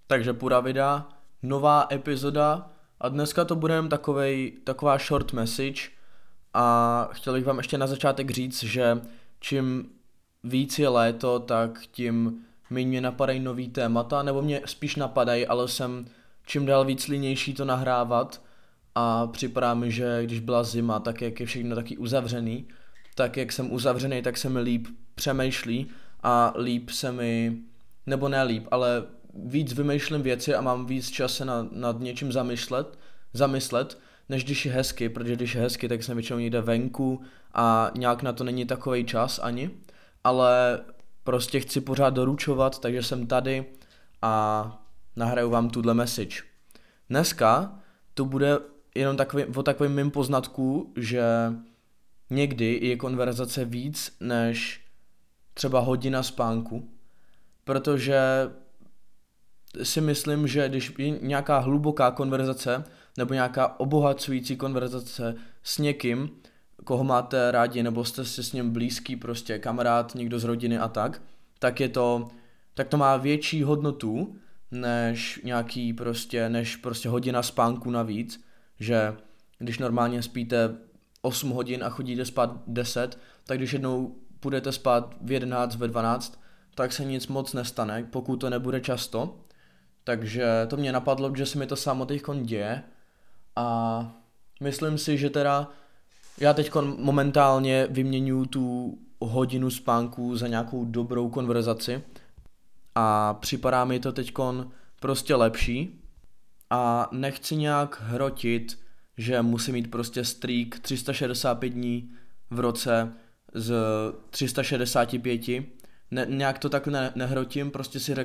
Takže půra videa, nová epizoda a dneska to bude jen taková short message a chtěl bych vám ještě na začátek říct, že čím víc je léto, tak tím méně mě napadají nový témata, nebo mě spíš napadají, ale jsem čím dál víc línější to nahrávat a připadá mi, že když byla zima, tak jak je všechno taky uzavřený, tak jak jsem uzavřený, tak se mi líp přemýšlí a líp se mi, nebo ne líp, ale víc vymýšlím věci a mám víc času nad něčím zamyslet, než když je hezky, protože když je hezky, tak jsem většinou někde venku a nějak na to není takovej čas ani, ale prostě chci pořád doručovat, takže jsem tady a nahraju vám tuhle message. Dneska to bude jenom o takovým mým poznatku, že někdy je konverzace víc než třeba hodina spánku, protože si myslím, že když je nějaká hluboká konverzace nebo nějaká obohacující konverzace s někým, koho máte rádi nebo jste si s ním blízký, prostě kamarád, někdo z rodiny a tak to má větší hodnotu než než hodina spánku navíc, že když normálně spíte 8 hodin a chodíte spát 10, tak když jednou půjdete spát v 11, ve 12, tak se nic moc nestane, pokud to nebude často. Takže to mě napadlo, že se mi to samo teďkon děje a myslím si, že teda já teďkon momentálně vyměňuji tu hodinu spánku za nějakou dobrou konverzaci a připadá mi to teďkon prostě lepší a nechci nějak hrotit, že musím mít prostě streak 365 dní v roce z 365. Nějak to tak nehrotím, prostě si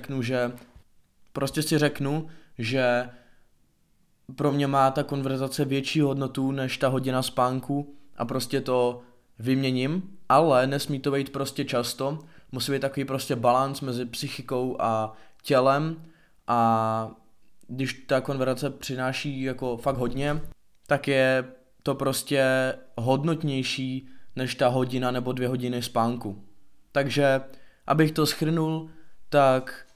řeknu, že pro mě má ta konverzace větší hodnotu než ta hodina spánku a prostě to vyměním, ale nesmí to být prostě často, musí být takový prostě balans mezi psychikou a tělem a když ta konverzace přináší jako fakt hodně, tak je to prostě hodnotnější než ta hodina nebo 2 hodiny spánku. Takže, abych to shrnul, tak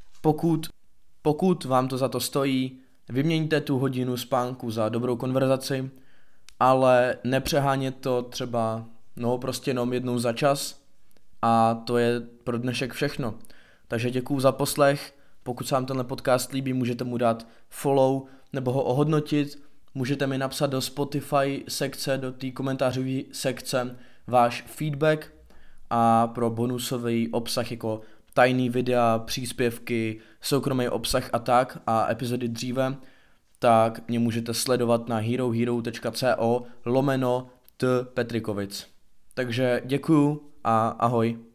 pokud vám to za to stojí, vyměňte tu hodinu spánku za dobrou konverzaci, ale nepřehánět to třeba, prostě jenom jednou za čas a to je pro dnešek všechno. Takže děkuju za poslech, pokud se vám tenhle podcast líbí, můžete mu dát follow nebo ho ohodnotit, můžete mi napsat do Spotify sekce, do té komentářové sekce váš feedback a pro bonusový obsah jako tajný videa, příspěvky, soukromý obsah a epizody dříve, tak mě můžete sledovat na herohero.co/Petrikovic. Takže děkuju a ahoj.